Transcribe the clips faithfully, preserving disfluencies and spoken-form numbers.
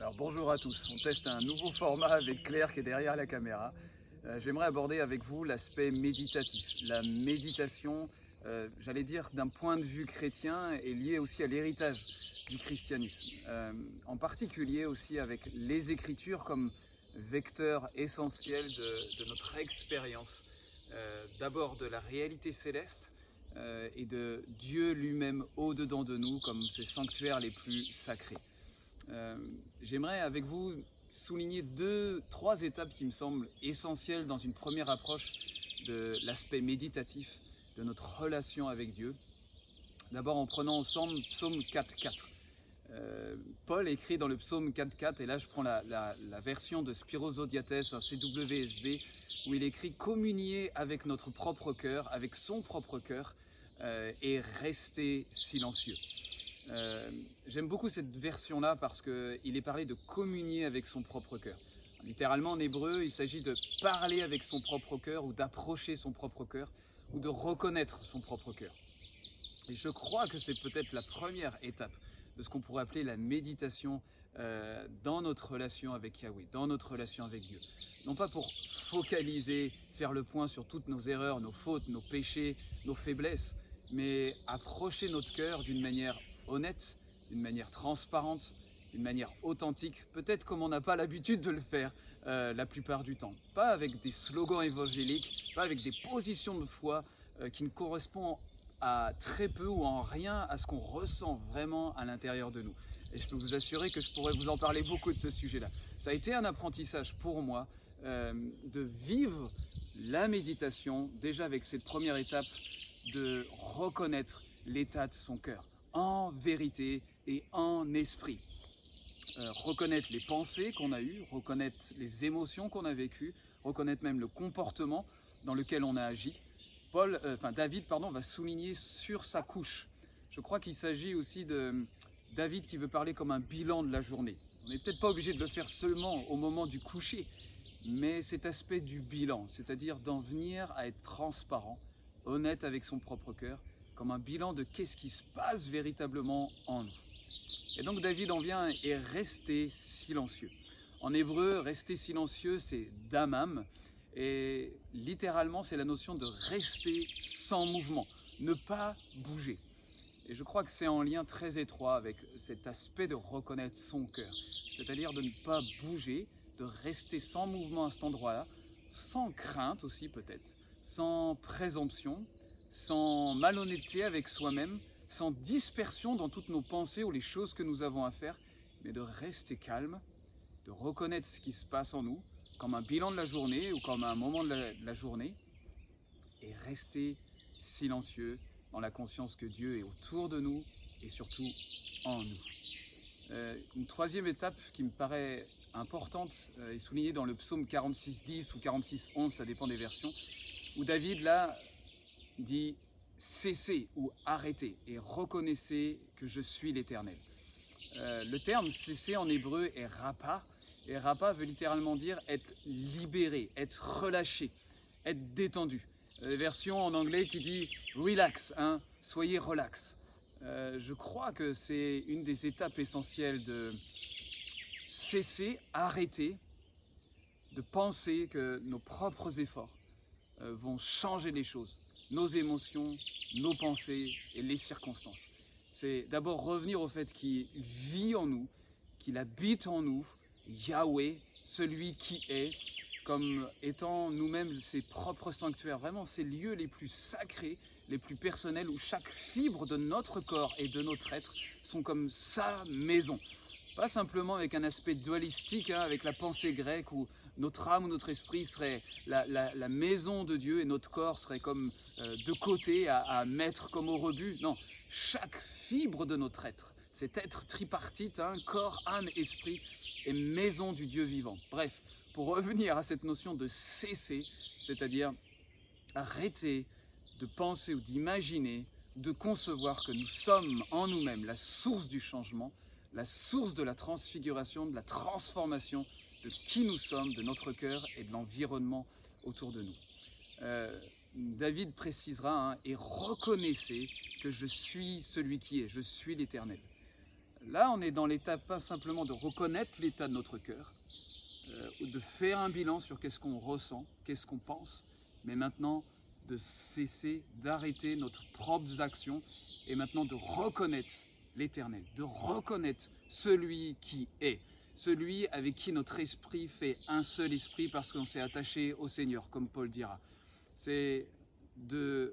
Alors bonjour à tous, on teste un nouveau format avec Claire qui est derrière la caméra. Euh, J'aimerais aborder avec vous l'aspect méditatif. La méditation, euh, j'allais dire d'un point de vue chrétien, est liée aussi à l'héritage du christianisme. Euh, en particulier aussi avec les Écritures comme vecteur essentiel de, de notre expérience. Euh, D'abord de la réalité céleste euh, et de Dieu lui-même au-dedans de nous comme ses sanctuaires les plus sacrés. Euh, J'aimerais avec vous souligner deux, trois étapes qui me semblent essentielles dans une première approche de l'aspect méditatif de notre relation avec Dieu. D'abord en prenant ensemble Psaume quatre quatre. Euh, Paul écrit dans le Psaume quatre quatre, et là je prends la, la, la version de Spyros Zodhiates, un C W S B, où il écrit « Communier avec notre propre cœur, avec son propre cœur, euh, et rester silencieux ». Euh, J'aime beaucoup cette version-là parce qu'il est parlé de communier avec son propre cœur. Littéralement en hébreu, il s'agit de parler avec son propre cœur ou d'approcher son propre cœur ou de reconnaître son propre cœur. Et je crois que c'est peut-être la première étape de ce qu'on pourrait appeler la méditation euh, dans notre relation avec Yahweh, dans notre relation avec Dieu. Non pas pour focaliser, faire le point sur toutes nos erreurs, nos fautes, nos péchés, nos faiblesses, mais approcher notre cœur d'une manière honnête, d'une manière transparente, d'une manière authentique, peut-être comme on n'a pas l'habitude de le faire euh, la plupart du temps. Pas avec des slogans évangéliques, pas avec des positions de foi euh, qui ne correspondent à très peu ou en rien à ce qu'on ressent vraiment à l'intérieur de nous. Et je peux vous assurer que je pourrais vous en parler beaucoup de ce sujet-là. Ça a été un apprentissage pour moi euh, de vivre la méditation, déjà avec cette première étape de reconnaître l'état de son cœur, en vérité et en esprit. Euh, reconnaître les pensées qu'on a eues, reconnaître les émotions qu'on a vécues, reconnaître même le comportement dans lequel on a agi. Paul, euh, enfin David pardon, va souligner sur sa couche. Je crois qu'il s'agit aussi de David qui veut parler comme un bilan de la journée. On n'est peut-être pas obligé de le faire seulement au moment du coucher, mais cet aspect du bilan, c'est-à-dire d'en venir à être transparent, honnête avec son propre cœur, comme un bilan de qu'est-ce qui se passe véritablement en nous. Et donc David en vient et rester silencieux. En hébreu, rester silencieux, c'est damam, et littéralement c'est la notion de rester sans mouvement, ne pas bouger. Et je crois que c'est en lien très étroit avec cet aspect de reconnaître son cœur, c'est-à-dire de ne pas bouger, de rester sans mouvement à cet endroit-là, sans crainte aussi peut-être, sans présomption, sans malhonnêteté avec soi-même, sans dispersion dans toutes nos pensées ou les choses que nous avons à faire, mais de rester calme, de reconnaître ce qui se passe en nous, comme un bilan de la journée ou comme un moment de la, de la journée, et rester silencieux dans la conscience que Dieu est autour de nous et surtout en nous. Euh, une troisième étape qui me paraît importante euh, est soulignée dans le psaume quarante-six dix ou quarante-six onze, ça dépend des versions, où David là dit « cessez » ou « arrêtez » et « reconnaissez que je suis l'Éternel ». Euh, le terme « cesser » en hébreu est « rapa », et « rapa » veut littéralement dire être libéré, être relâché, être détendu. Euh, version en anglais qui dit « relax hein, »,« soyez relax euh, ». Je crois que c'est une des étapes essentielles de cesser, arrêter, de penser que nos propres efforts euh, vont changer les choses, nos émotions, nos pensées et les circonstances. C'est d'abord revenir au fait qu'il vit en nous, qu'il habite en nous, Yahweh, celui qui est, comme étant nous-mêmes ses propres sanctuaires, vraiment ces lieux les plus sacrés, les plus personnels, où chaque fibre de notre corps et de notre être sont comme sa maison. Pas simplement avec un aspect dualistique, hein, avec la pensée grecque, où notre âme ou notre esprit serait la, la, la maison de Dieu et notre corps serait comme euh, de côté à, à mettre comme au rebut. Non, chaque fibre de notre être, cet être tripartite, hein, corps, âme, esprit, est maison du Dieu vivant. Bref, pour revenir à cette notion de cesser, c'est-à-dire arrêter de penser ou d'imaginer, de concevoir que nous sommes en nous-mêmes la source du changement, la source de la transfiguration, de la transformation de qui nous sommes, de notre cœur et de l'environnement autour de nous. Euh, David précisera, hein, et reconnaissez que je suis celui qui est, je suis l'Éternel. là, on est dans l'étape pas simplement de reconnaître l'état de notre cœur, euh, ou de faire un bilan sur qu'est-ce qu'on ressent, qu'est-ce qu'on pense, mais maintenant de cesser, d'arrêter notre propres actions et maintenant de reconnaître l'Éternel, de reconnaître celui qui est, celui avec qui notre esprit fait un seul esprit parce qu'on s'est attaché au Seigneur, comme Paul dira. C'est de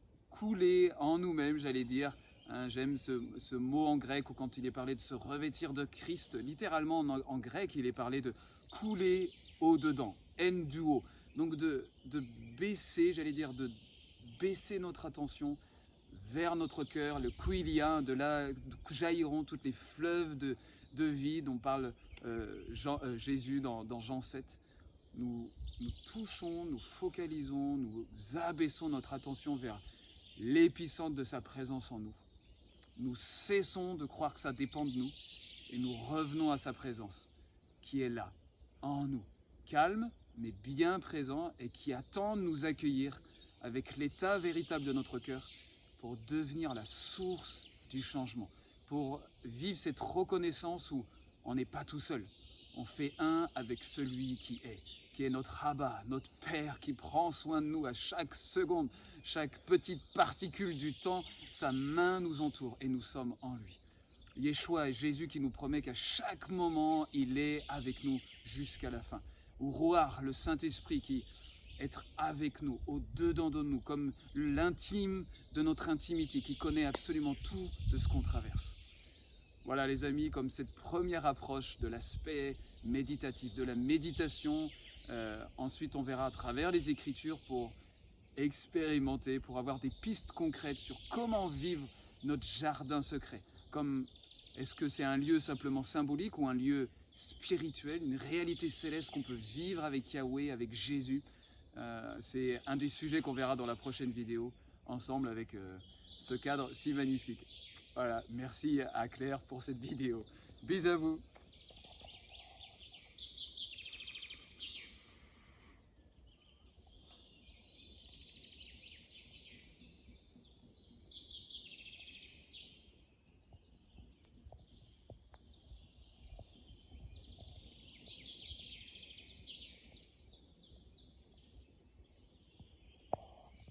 couler en nous-mêmes, j'allais dire. Hein, j'aime ce, ce mot en grec où quand il est parlé de se revêtir de Christ, littéralement en, en grec, il est parlé de couler au-dedans, enduo. Donc de, de baisser, j'allais dire, de baisser notre attention vers notre cœur, le kouilia, de là jailliront toutes les fleuves de, de vie dont parle euh, Jean, euh, Jésus dans, dans Jean sept. Nous, nous touchons, nous focalisons, nous abaissons notre attention vers l'épicentre de sa présence en nous. Nous cessons de croire que ça dépend de nous et nous revenons à sa présence qui est là, en nous, calme mais bien présent et qui attend de nous accueillir avec l'état véritable de notre cœur pour devenir la source du changement, pour vivre cette reconnaissance où on n'est pas tout seul, on fait un avec celui qui est, qui est notre Abba, notre Père qui prend soin de nous à chaque seconde, chaque petite particule du temps, sa main nous entoure et nous sommes en lui. Yeshua est Jésus qui nous promet qu'à chaque moment, il est avec nous jusqu'à la fin. Ou Roar, le Saint-Esprit qui est avec nous, au-dedans de nous, comme l'intime de notre intimité, qui connaît absolument tout de ce qu'on traverse. Voilà les amis, comme cette première approche de l'aspect méditatif, de la méditation. Euh, ensuite, on verra à travers les Écritures pour expérimenter, pour avoir des pistes concrètes sur comment vivre notre jardin secret. Comme est-ce que c'est un lieu simplement symbolique ou un lieu spirituel, une réalité céleste qu'on peut vivre avec Yahweh, avec Jésus. Euh, c'est un des sujets qu'on verra dans la prochaine vidéo, ensemble avec euh, ce cadre si magnifique. Voilà, merci à Claire pour cette vidéo. Bisous à vous.